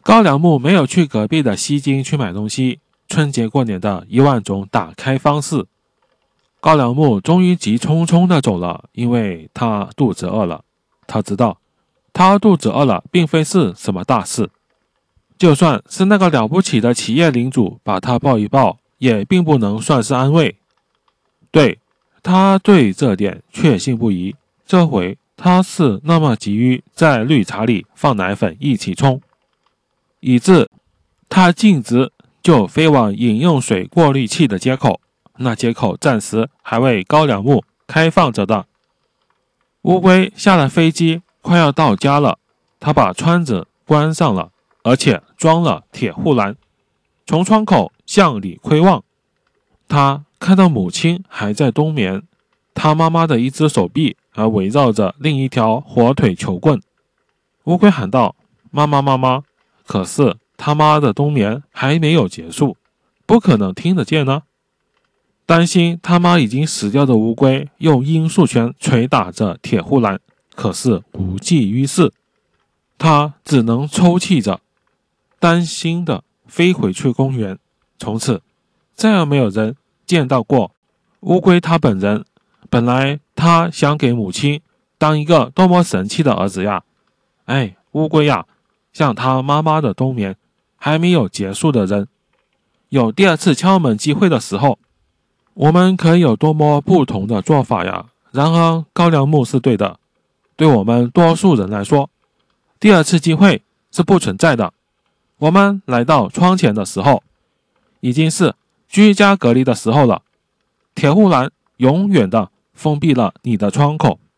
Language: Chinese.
高粱木没有去隔壁的西京去买东西，春节过年的10000种打开方式。高粱木终于急匆匆地走了，因为他肚子饿了。他知道，他肚子饿了并非是什么大事，就算是那个了不起的企业领主把他抱一抱，也并不能算是安慰。他对这点确信不疑，这回他是那么急于在绿茶里放奶粉一起冲，以致他径直就飞往饮用水过滤器的接口，那接口暂时还为高粱木开放着的。乌龟下了飞机，快要到家了，他把窗子关上了，而且装了铁护栏，从窗口向里窥望。他看到母亲还在冬眠，他妈妈的一只手臂还围绕着另一条火腿球棍。乌龟喊道：妈妈妈妈，可是他妈的冬眠还没有结束，不可能听得见呢。担心他妈已经死掉的乌龟用音速拳捶打着铁护栏，可是无济于事。他只能抽泣着，担心的飞回去公园。从此再也没有人见到过乌龟他本人。本来他想给母亲当一个多么神气的儿子呀！哎，乌龟呀，像他妈妈的冬眠还没有结束的人，有第二次敲门机会的时候，我们可以有多么不同的做法呀！然而高粱木是对的，对我们多数人来说，第二次机会是不存在的。我们来到窗前的时候，已经是居家隔离的时候了。铁护栏永远的封闭了你的窗口。